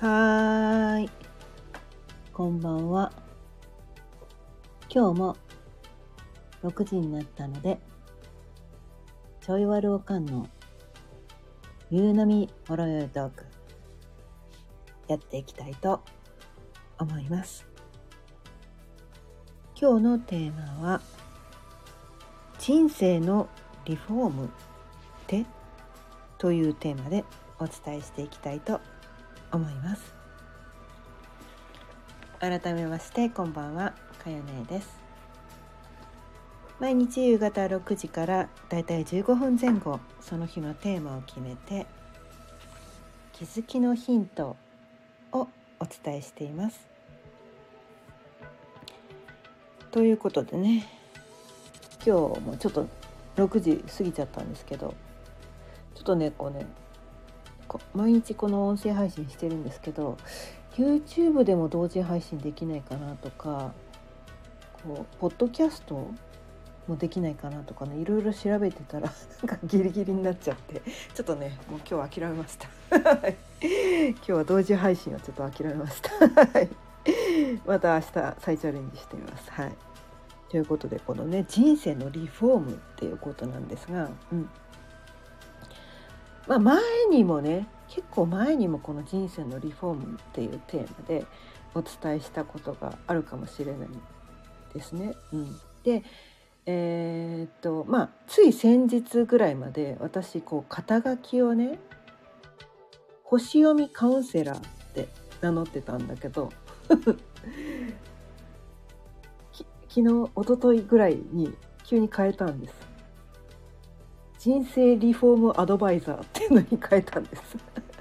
はーい、こんばんは。今日も6時になったので、ちょいわるおかんのゆうなみほろよいトークやっていきたいと思います。今日のテーマは、人生のリフォームってというテーマでお伝えしていきたいと思います。改めましてこんばんは、かよねです。毎日夕方6時からだいたい15分前後、その日のテーマを決めて気づきのヒントをお伝えしています。ということでね、今日もちょっと6時過ぎちゃったんですけど、ちょっとね毎日この音声配信してるんですけど、 YouTube でも同時配信できないかなとか、ポッドキャストもできないかなとかね、いろいろ調べてたらなんかギリギリになっちゃって、ちょっとねもう今日は諦めました今日は同時配信はちょっと諦めましたまた明日再チャレンジしてみます。はい、ということで、このね、人生のリフォームっていうことなんですが、結構前にもこの人生のリフォームっていうテーマでお伝えしたことがあるかもしれないですね。で、つい先日ぐらいまで私肩書きをね、星読みカウンセラーって名乗ってたんだけど昨日一昨日ぐらいに急に変えたんです。人生リフォームアドバイザーっていうのに変えたんです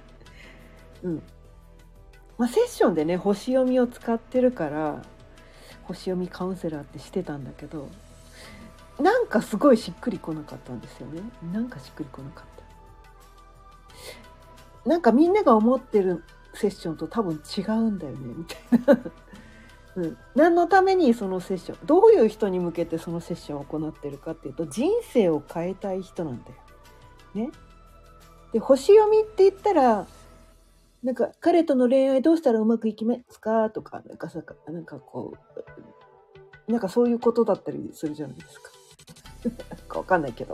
セッションでね、星読みを使ってるから星読みカウンセラーってしてたんだけど、なんかすごいしっくりこなかったんですよね。なんかみんなが思ってるセッションと多分違うんだよねみたいな何のためにそのセッション、どういう人に向けてそのセッションを行ってるかっていうと、人生を変えたい人なんだよね。で、星読みって言ったら、なんか彼との恋愛どうしたらうまくいきますかとか、なんかそういうことだったりするじゃないですかわかんないけど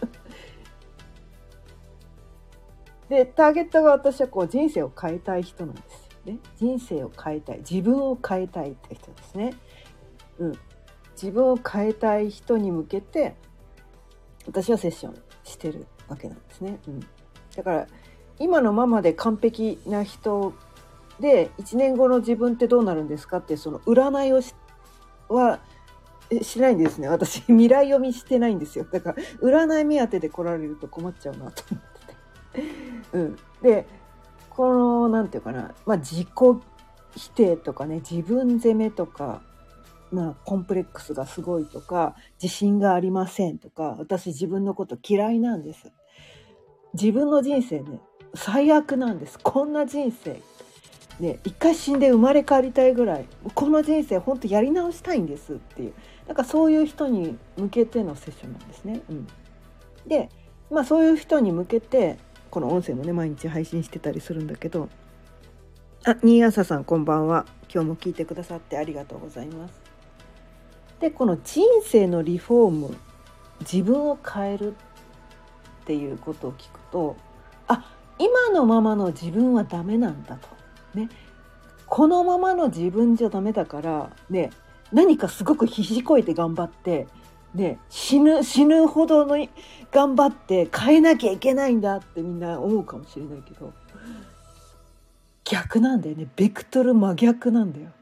で、ターゲットが私は人生を変えたい人なんですよね。人生を変えたい、自分を変えたいって人ですね。自分を変えたい人に向けて私はセッションしてるわけなんですね。だから今のままで完璧な人で1年後の自分ってどうなるんですかって、その占いをはしないんですね。私未来読みしてないんですよ。だから占い目当てで来られると困っちゃうなと思っててで、このなんていうかな、自己否定とかね、自分責めとか、コンプレックスがすごいとか、自信がありませんとか、私自分のこと嫌いなんです、自分の人生ね最悪なんです、こんな人生ね、一回死んで生まれ変わりたいぐらい、この人生本当やり直したいんですっていう、なんかそういう人に向けてのセッションなんですね。で、そういう人に向けてこの音声もね毎日配信してたりするんだけど、新朝さんこんばんは。今日も聞いてくださってありがとうございます。で、この人生のリフォーム、自分を変えるっていうことを聞くと、今のままの自分はダメなんだとね、このままの自分じゃダメだからね、何かすごく必死こいて頑張ってね、死ぬほどの頑張って変えなきゃいけないんだってみんな思うかもしれないけど、逆なんだよね。ベクトル真逆なんだよ。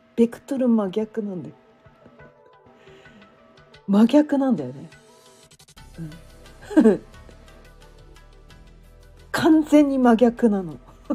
真逆なんだよね。完全に真逆なの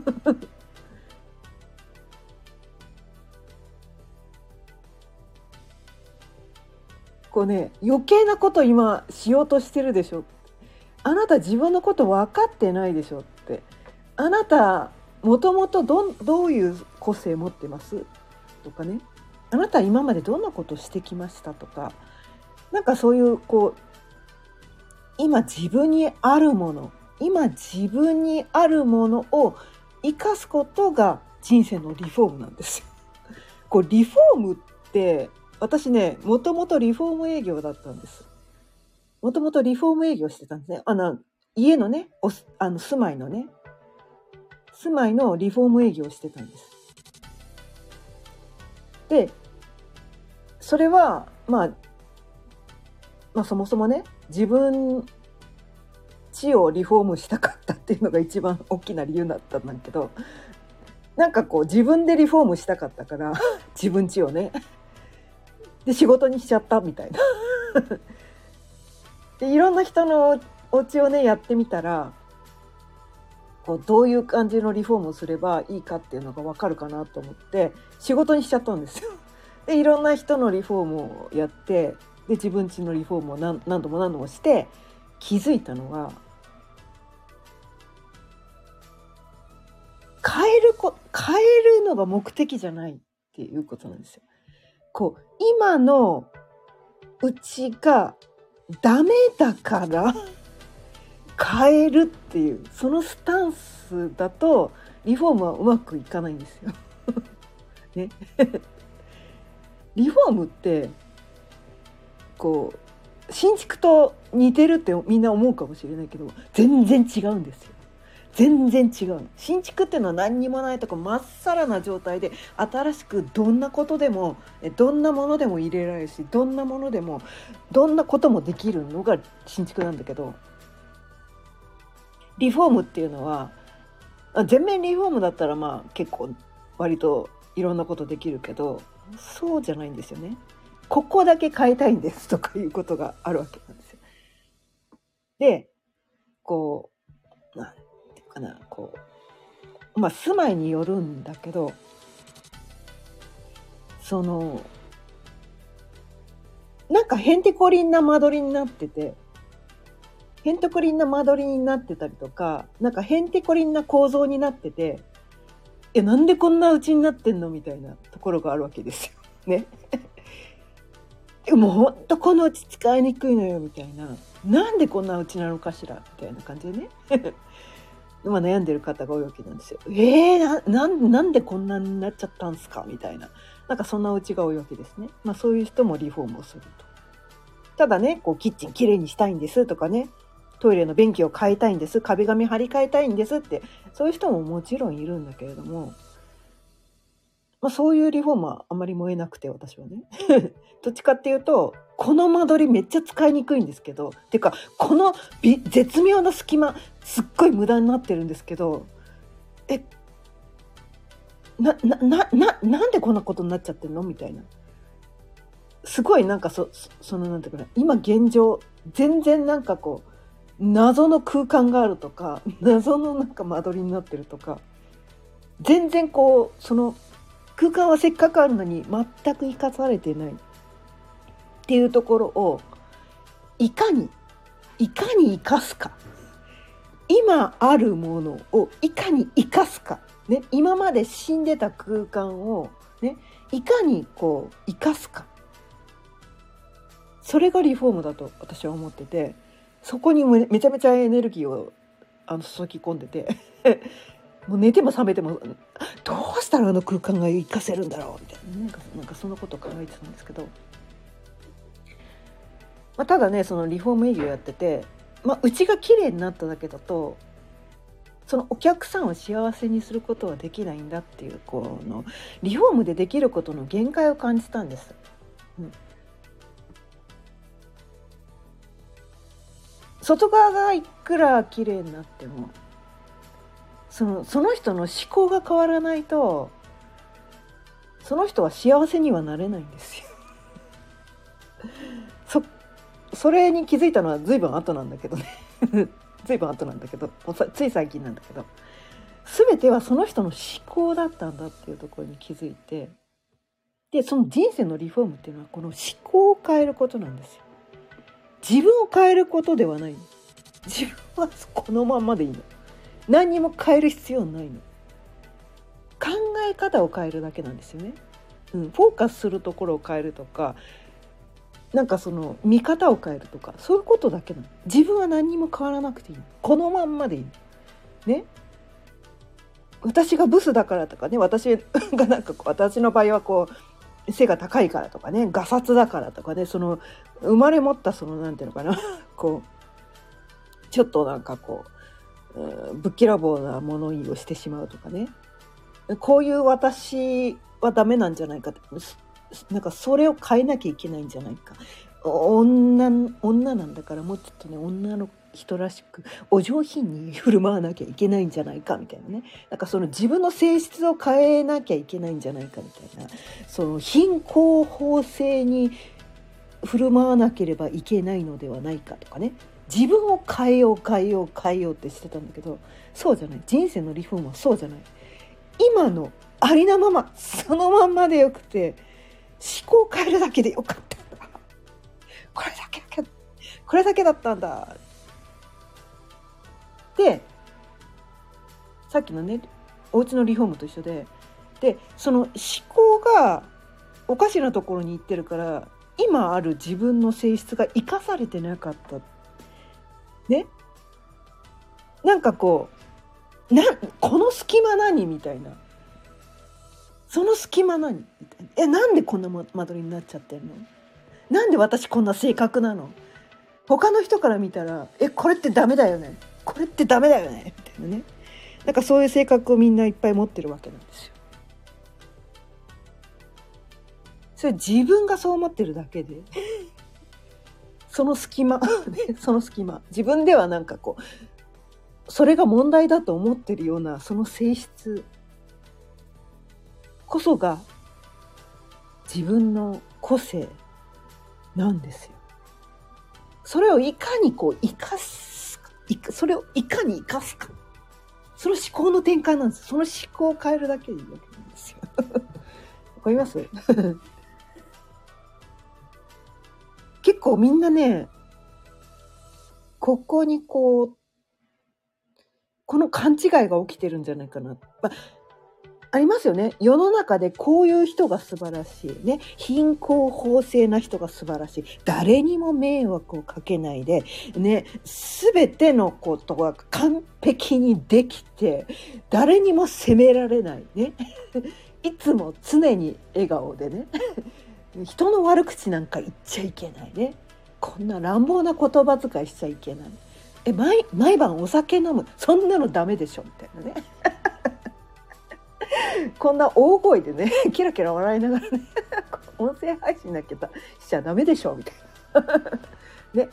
余計なこと今しようとしてるでしょ。あなた自分のこと分かってないでしょって。あなたもともとどういう個性持ってますとかね、あなた今までどんなことしてきましたとか、なんかそういう今自分にあるものを生かすことが人生のリフォームなんですよ。こうリフォームって私ね、もともとリフォーム営業だったんです。もともとリフォーム営業してたんですね。家のね、住まいのね、住まいのリフォーム営業してたんです。で、それはまあそもそもね、自分家をリフォームしたかったっていうのが一番大きな理由だったんだけど、なんかこう自分でリフォームしたかったから自分家をね、で仕事にしちゃったみたいなでいろんな人のお家をねやってみたら、こうどういう感じのリフォームをすればいいかっていうのが分かるかなと思って仕事にしちゃったんですよ。でいろんな人のリフォームをやって、で自分家のリフォームを何度もして気づいたのは、変えるのが目的じゃないっていうことなんですよ。こう今のうちがダメだから変えるっていう、そのスタンスだとリフォームはうまくいかないんですよ。ね、リフォームってこう新築と似てるってみんな思うかもしれないけど、全然違うんですよ。全然違う。新築っていうのは何にもないとこまっさらな状態で、新しくどんなことでもどんなものでも入れられるし、どんなものでもどんなこともできるのが新築なんだけど、リフォームっていうのは全面リフォームだったらまあ結構割といろんなことできるけど、そうじゃないんですよね。ここだけ変えたいんですとかいうことがあるわけなんですよ。で、こうなんていうかな、こう住まいによるんだけど、なんかへんてこりんな間取りになってて、へんてこりんな間取りになってたりとか、なんかへんてこりんな構造になってて、なんでこんなうちになってんのみたいなところがあるわけですよね。もうほんとこのうち使いにくいのよみたいな、なんでこんなうちなのかしらみたいな感じでね悩んでる方が多いわけなんですよ。なんでこんなになっちゃったんすかみたいな、なんかそんなうちが多いわけですね。そういう人もリフォームをすると。ただね、こうキッチンきれいにしたいんですとかね、トイレの便器を変えたいんです、壁紙張り替えたいんですって、そういう人ももちろんいるんだけれども、そういうリフォームはあまり燃えなくて、私はねどっちかっていうと、この間取りめっちゃ使いにくいんですけど、てかこの絶妙な隙間すっごい無駄になってるんですけど、なんでこんなことになっちゃってるのみたいな、すごいなんかなんていうかな、今現状全然なんかこう謎の空間があるとか、謎のなんか間取りになってるとか、全然こうその空間はせっかくあるのに全く生かされてないっていうところをいかに生かすか、今あるものをいかに生かすか、ね、今まで死んでた空間を、ね、いかにこう生かすか、それがリフォームだと私は思ってて、そこにめちゃめちゃエネルギーを注ぎ込んでてもう寝ても覚めてもどうしたらあの空間が生かせるんだろうみたいな、なんかそんなことを考えてたんですけど、ただね、そのリフォーム営業やってて、うちが綺麗になっただけだとそのお客さんを幸せにすることはできないんだっていう、このリフォームでできることの限界を感じたんです。外側がいくら綺麗になってもその人の思考が変わらないと、その人は幸せにはなれないんですよそれに気づいたのは随分後なんだけどね随分後なんだけど、つい最近なんだけど、全てはその人の思考だったんだっていうところに気づいて、でその人生のリフォームっていうのはこの思考を変えることなんですよ。自分を変えることではない。自分はこのままでいいの。何にも変える必要ないの。考え方を変えるだけなんですよね。フォーカスするところを変えるとか、なんかその見方を変えるとか、そういうことだけなの。自分は何にも変わらなくていいの。このまんまでいいのね。 私がブスだからとかね、私がなんか私の場合は背が高いからとかね、ガサツだからとかね、生まれ持ったなんていうのかなちょっとなんかぶっきらぼうな物言いをしてしまうとかね、こういう私はダメなんじゃないかって、なんかそれを変えなきゃいけないんじゃないか、女なんだからもうちょっとね、女の人らしくお上品に振る舞わなきゃいけないんじゃないかみたいなね、なんか自分の性質を変えなきゃいけないんじゃないかみたいな、貧困法制に振る舞わなければいけないのではないかとかね、自分を変えようってしてたんだけど、そうじゃない。人生のリフォームはそうじゃない。今のありのまま、そのまんまでよくて、思考を変えるだけでよかったんだ、これだけだったんだで、さっきのね、お家のリフォームと一緒で、その思考がおかしなところに行ってるから、今ある自分の性質が生かされてなかったね。なんかこの隙間何みたいな、その隙間何みたいな、なんでこんな間取りになっちゃってんの、なんで私こんな性格なの、他の人から見たらこれってダメだよね、これってダメだよねみたいなね、なんかそういう性格をみんないっぱい持ってるわけなんですよ。それ自分がそう思ってるだけでその隙間その隙間、自分ではなんかそれが問題だと思ってるようなその性質こそが自分の個性なんですよ。それをいかに生かすか、それをいかに生かすか、その思考の転換なんです。その思考を変えるだけでいいわけなんですよ。わかります結構みんなね、ここにこの勘違いが起きてるんじゃないかな。ありますよね。世の中でこういう人が素晴らしいね。貧困法制な人が素晴らしい。誰にも迷惑をかけないで、ね、すべてのことが完璧にできて、誰にも責められないね。いつも常に笑顔でね。人の悪口なんか言っちゃいけないね。こんな乱暴な言葉遣いしちゃいけない。毎晩お酒飲む。そんなのダメでしょみたいなね。こんな大声でね、キラキラ笑いながらね、音声配信だけどしちゃダメでしょみたいな。ね。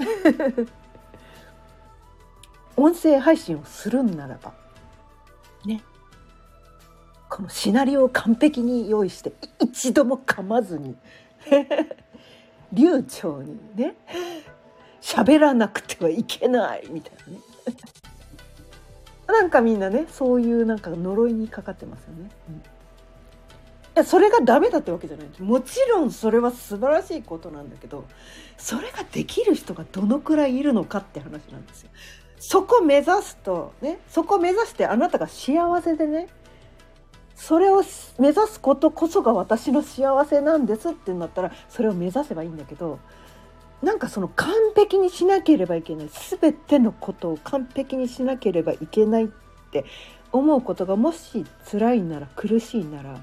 音声配信をするんならば、ね。このシナリオを完璧に用意して、一度も噛まずに、流暢にね、喋らなくてはいけないみたいなね。なんかみんなね、そういうなんか呪いにかかってますよね。いや、それがダメだってわけじゃない。もちろんそれは素晴らしいことなんだけど、それができる人がどのくらいいるのかって話なんですよ。そこ目指すとね、そこ目指してあなたが幸せでね、それを目指すことこそが私の幸せなんですってなったら、それを目指せばいいんだけど、なんか完璧にしなければいけない、全てのことを完璧にしなければいけないって思うことがもし辛いなら、苦しいなら、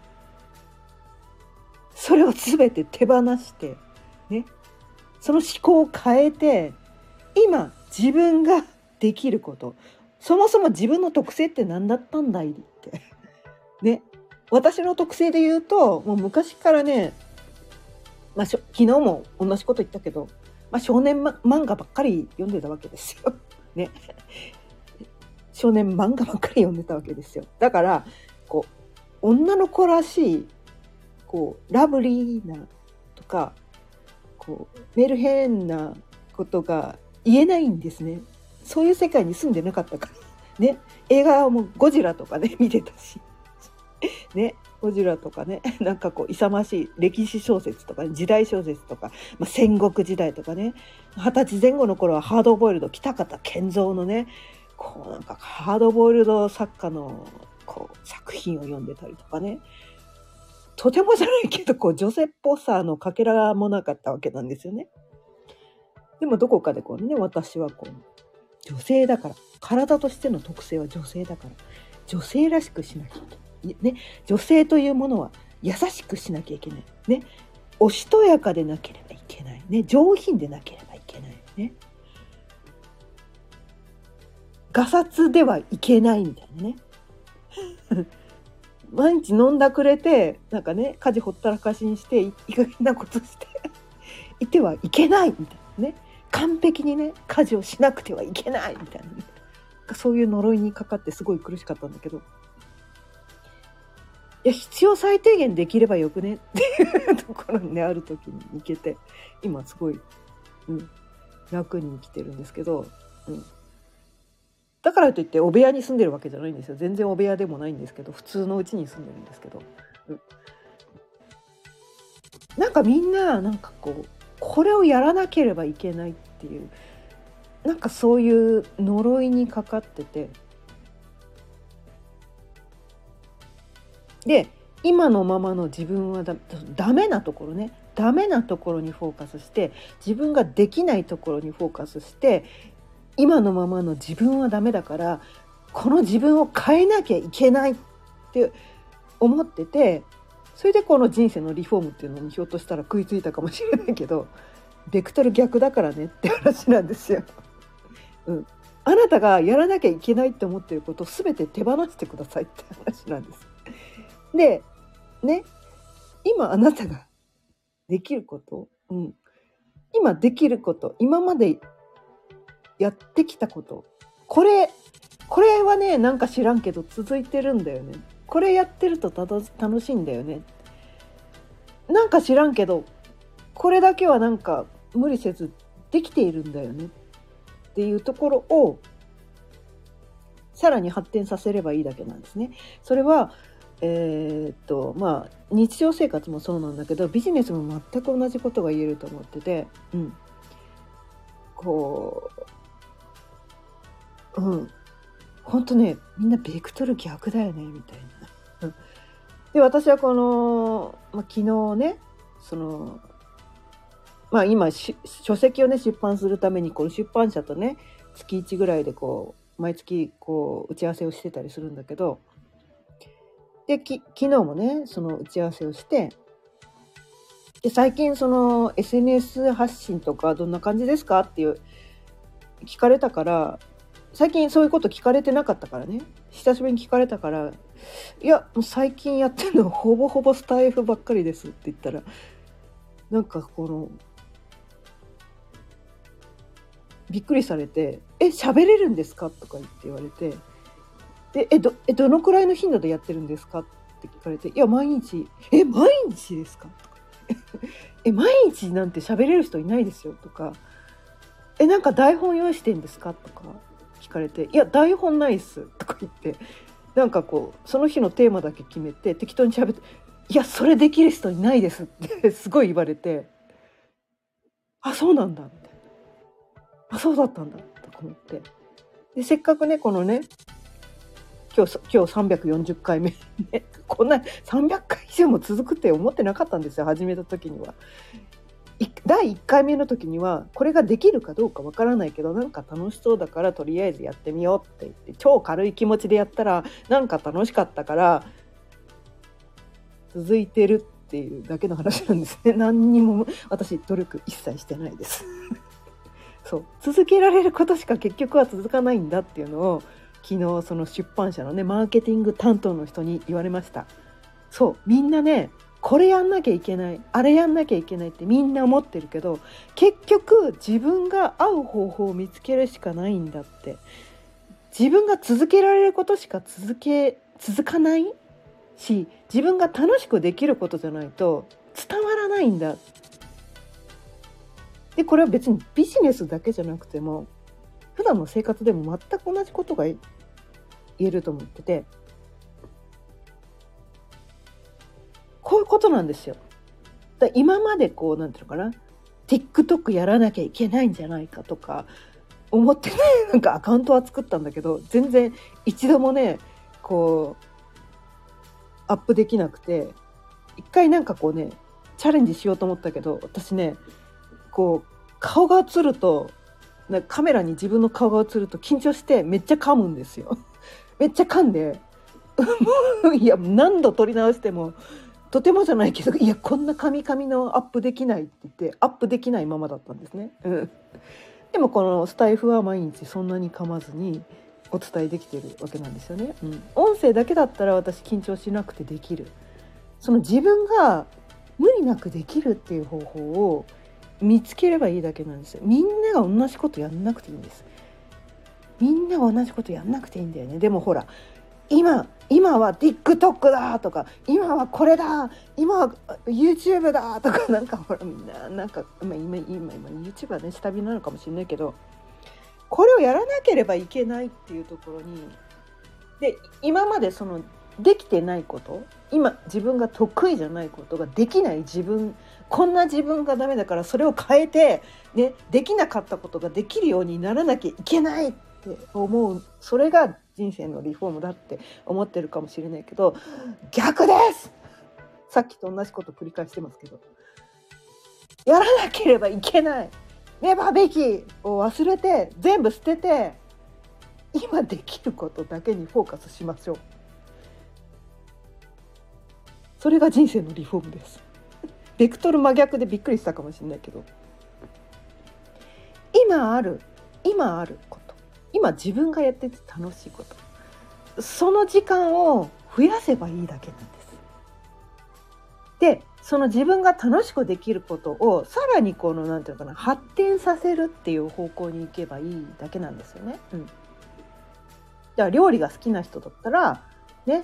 それを全て手放してね、その思考を変えて、今自分ができること、そもそも自分の特性って何だったんだいってね、私の特性で言うと、もう昔からね、昨日も同じこと言ったけど、少年、漫画ばっかり読んでたわけですよ。ね。少年漫画ばっかり読んでたわけですよ。だから、女の子らしい、ラブリーなとか、メルヘンなことが言えないんですね。そういう世界に住んでなかったから。ね。映画もゴジラとかね、見てたし。ね。ゴジラとかね、なんか勇ましい歴史小説とか、ね、時代小説とか、戦国時代とかね、20歳前後の頃はハードボイルド、北方健三のね、なんかハードボイルド作家の作品を読んでたりとかね、とてもじゃないけど女性っぽさのかけらもなかったわけなんですよね。でもどこかでね、私は女性だから、体としての特性は女性だから、 女性らしくしなきゃいけない、ね、女性というものは優しくしなきゃいけない、ね、おしとやかでなければいけない、ね、上品でなければいけない、ね、ガサツではいけないみたいなね毎日飲んだくれてなんかね家事ほったらかしにしていい加減なことしていてはいけないみたいなね、完璧にね家事をしなくてはいけないみたいなね、そういう呪いにかかってすごい苦しかったんだけど、いや必要最低限できればよくねっていうところにねある時に行けて今すごい、楽に生きてるんですけど、だからといってお部屋に住んでるわけじゃないんですよ。全然お部屋でもないんですけど、普通の家に住んでるんですけど、なんかみんななんかこれをやらなければいけないっていうなんかそういう呪いにかかってて、で今のままの自分はダメなところね、ダメなところにフォーカスして、自分ができないところにフォーカスして、今のままの自分はダメだからこの自分を変えなきゃいけないって思ってて、それでこの人生のリフォームっていうのにひょっとしたら食いついたかもしれないけど、ベクトル逆だからねって話なんですよ。あなたがやらなきゃいけないって思っていることを全て手放してくださいって話なんです。でね、今あなたができること、今できること、今までやってきたこと、これはねなんか知らんけど続いてるんだよね。これやってると楽しいんだよね。なんか知らんけどこれだけはなんか無理せずできているんだよねっていうところをさらに発展させればいいだけなんですね。それは日常生活もそうなんだけど、ビジネスも全く同じことが言えると思ってて、本当ねみんなベクトル逆だよねみたいな。で私はこの、昨日ね今書籍をね出版するためにこの出版社とね月1ぐらいで毎月打ち合わせをしてたりするんだけど、で昨日もねその打ち合わせをして、で最近SNS 発信とかどんな感じですかっていう聞かれたから、最近そういうこと聞かれてなかったからね、久しぶりに聞かれたから、いやもう最近やってるのはほぼほぼスタイフばっかりですって言ったら、なんかびっくりされて、喋れるんですかとか言われて、でどのくらいの頻度でやってるんですかって聞かれて、いや毎日。毎日ですかとか毎日なんて喋れる人いないですよとか、なんか台本用意してんですかとか聞かれて、いや台本ないっすとか言って、なんかその日のテーマだけ決めて適当に喋って、いやそれできる人いないですってすごい言われて、あそうなんだみたいな、あそうだったんだとか思って、でせっかくねこのね今日340回目ね、こんな300回以上も続くって思ってなかったんですよ、始めた時には。第1回目の時にはこれができるかどうかわからないけどなんか楽しそうだからとりあえずやってみようって言って超軽い気持ちでやったらなんか楽しかったから続いてるっていうだけの話なんですね。何にも私努力一切してないですそう続けられることしか結局は続かないんだっていうのを昨日その出版社のねマーケティング担当の人に言われました。そうみんなねこれやんなきゃいけないあれやんなきゃいけないってみんな思ってるけど、結局自分が合う方法を見つけるしかないんだって。自分が続けられることしか続かないし、自分が楽しくできることじゃないと伝わらないんだ。でこれは別にビジネスだけじゃなくても普段の生活でも全く同じことが言えると思ってて、こういうことなんですよ。今までなんていうのかな、TikTok やらなきゃいけないんじゃないかとか思ってね、なんかアカウントは作ったんだけど全然一度もねアップできなくて、一回なんかチャレンジしようと思ったけど、私ね顔が映るとカメラに自分の顔が映ると緊張してめっちゃ噛むんですよめっちゃ噛んでいや何度撮り直してもとてもじゃないけど、いやこんなカミカミのアップできないって言ってアップできないままだったんですね。でもこのスタイフは毎日そんなに噛まずにお伝えできてるわけなんですよね。音声だけだったら私緊張しなくてできる。その自分が無理なくできるっていう方法を見つければいいだけなんですよ。みんなが同じことやんなくていいんです。みんなが同じことやんなくていいんだよね。でもほら今は TikTok だとか、今はこれだ、今は YouTube だとか、なんかほらみんななんか今 YouTube はね下火なのかもしれないけど、これをやらなければいけないっていうところにで、今までそのできてないこと、今自分が得意じゃないことができない自分、こんな自分がダメだからそれを変えて、ね、できなかったことができるようにならなきゃいけないって思う、それが人生のリフォームだって思ってるかもしれないけど、逆です。さっきと同じこと繰り返してますけど、やらなければいけない、ねばべきを忘れて全部捨てて、今できることだけにフォーカスしましょう。それが人生のリフォームです。ベクトル真逆でびっくりしたかもしれないけど、今あること、今自分がやってて楽しいこと、その時間を増やせばいいだけなんです。で、その自分が楽しくできることをさらにこのなんていうのかな、発展させるっていう方向に行けばいいだけなんですよね。だから料理が好きな人だったらね、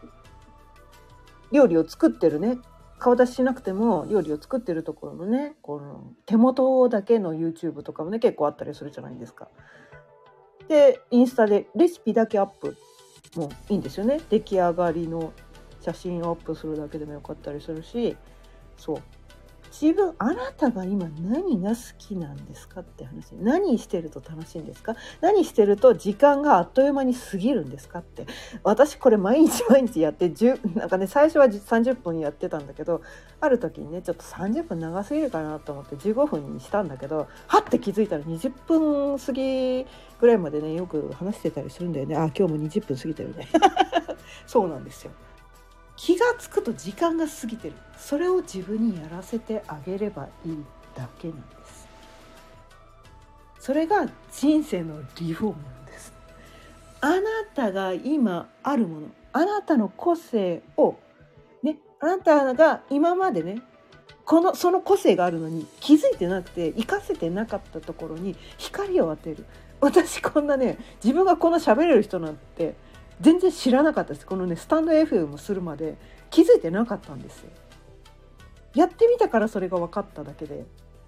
料理を作ってるね、顔出ししなくても料理を作ってるところのね、この手元だけの YouTube とかもね結構あったりするじゃないですか。でインスタでレシピだけアップもいいんですよね。出来上がりの写真をアップするだけでもよかったりするし、そうあなたが今何が好きなんですかって話。何してると楽しいんですか？何してると時間があっという間に過ぎるんですかって。私これ毎日やってなんかね、最初は30分やってたんだけど、ある時にねちょっと30分長すぎるかなと思って15分にしたんだけど、はって気づいたら20分過ぎぐらいまでねよく話してたりするんだよね。あ、今日も20分過ぎてるね。そうなんですよ。気がつくと時間が過ぎてる。それを自分にやらせてあげればいいだけなんです。それが人生のリフォームなんです。あなたが今あるもの、あなたの個性をね、あなたが今までねその個性があるのに気づいてなくて活かせてなかったところに光を当てる。私こんなね、自分がこんな喋れる人なんて全然知らなかったです。このねスタンド FM するまで気づいてなかったんですよ。やってみたからそれが分かっただけで、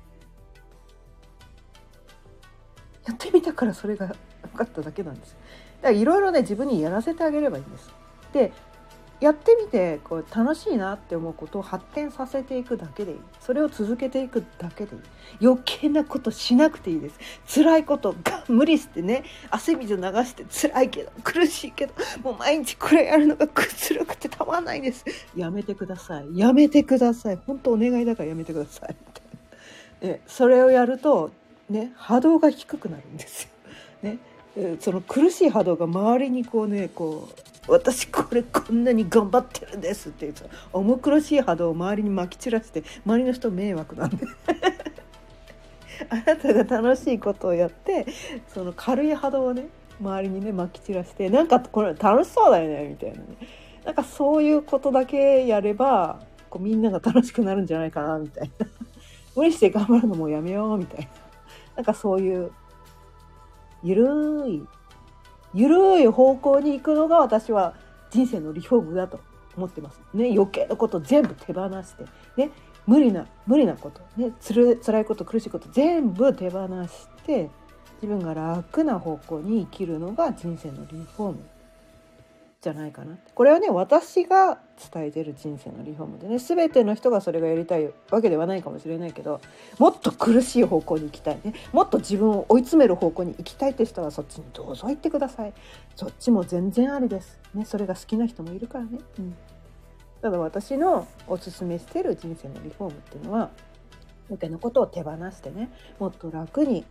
やってみたからそれが分かっただけなんです。だからいろいろね自分にやらせてあげればいいんです。でやってみてこう楽しいなって思うことを発展させていくだけでいい。それを続けていくだけでいい。余計なことしなくていいです。辛いことが無理してね、汗水流して辛いけど苦しいけどもう毎日これやるのが辛くてたまらないです。やめてください。やめてください。本当お願いだからやめてください。それをやるとね波動が低くなるんですよ。ね。その苦しい波動が周りにこうね私こんなに頑張ってるんですっていう重苦しい波動を周りにまき散らして周りの人迷惑なんであなたが楽しいことをやってその軽い波動をね周りにねまき散らして、なんかこれ楽しそうだよねみたいなね、なんかそういうことだけやればみんなが楽しくなるんじゃないかなみたいな無理して頑張るのもやめようみたいな、なんかそういうゆるい方向に行くのが私は人生のリフォームだと思ってますね。余計なこと全部手放してね、無理なことね、辛いこと苦しいこと全部手放して自分が楽な方向に生きるのが人生のリフォームじゃないかな。これはね私が伝えてる人生のリフォームでね、全ての人がそれがやりたいわけではないかもしれないけど、もっと苦しい方向に行きたいね、もっと自分を追い詰める方向に行きたいって人はそっちにどうぞ行ってください。そっちも全然ありですね。それが好きな人もいるからね。ただ私のおすすめしてる人生のリフォームっていうのは余計なことを手放してね、もっと楽に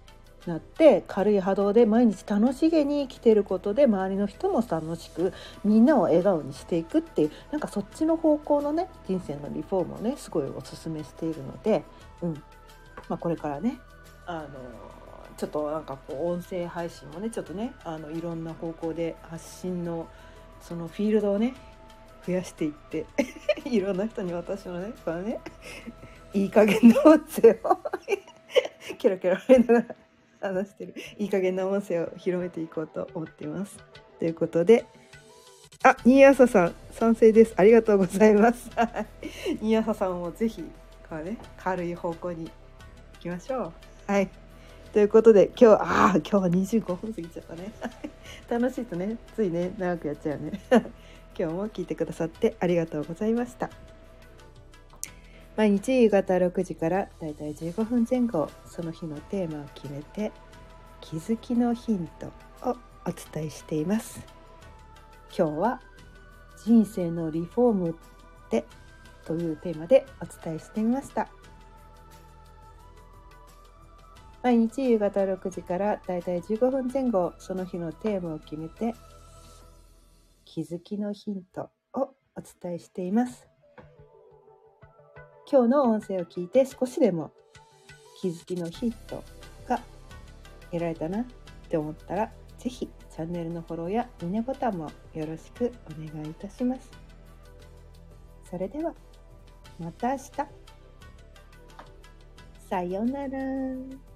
なって軽い波動で毎日楽しげに生きてることで周りの人も楽しくみんなを笑顔にしていくっていうなんかそっちの方向のね人生のリフォームをねすごいお勧めしているので、これからねちょっとなんかこう音声配信もねちょっとねいろんな方向で発信のそのフィールドをね増やしていっていろんな人に私のねこのねいい加減な音声をキョロキョロ言いながら話してるいい加減な音声を広めていこうと思っています。ということで、新朝さん賛成です。ありがとうございます。新朝さんもぜひこうね軽い方向に行きましょう。はい。ということで今日は25分過ぎちゃったね。楽しいとねついね長くやっちゃうね。今日も聞いてくださってありがとうございました。毎日夕方6時からだいたい15分前後その日のテーマを決めて気づきのヒントをお伝えしています。今日は人生のリフォームってというテーマでお伝えしてみました。毎日夕方6時からだいたい15分前後その日のテーマを決めて気づきのヒントをお伝えしています。今日の音声を聞いて少しでも気づきのヒントが得られたなって思ったらぜひチャンネルのフォローやいいねボタンもよろしくお願いいたします。それではまた明日。さようなら。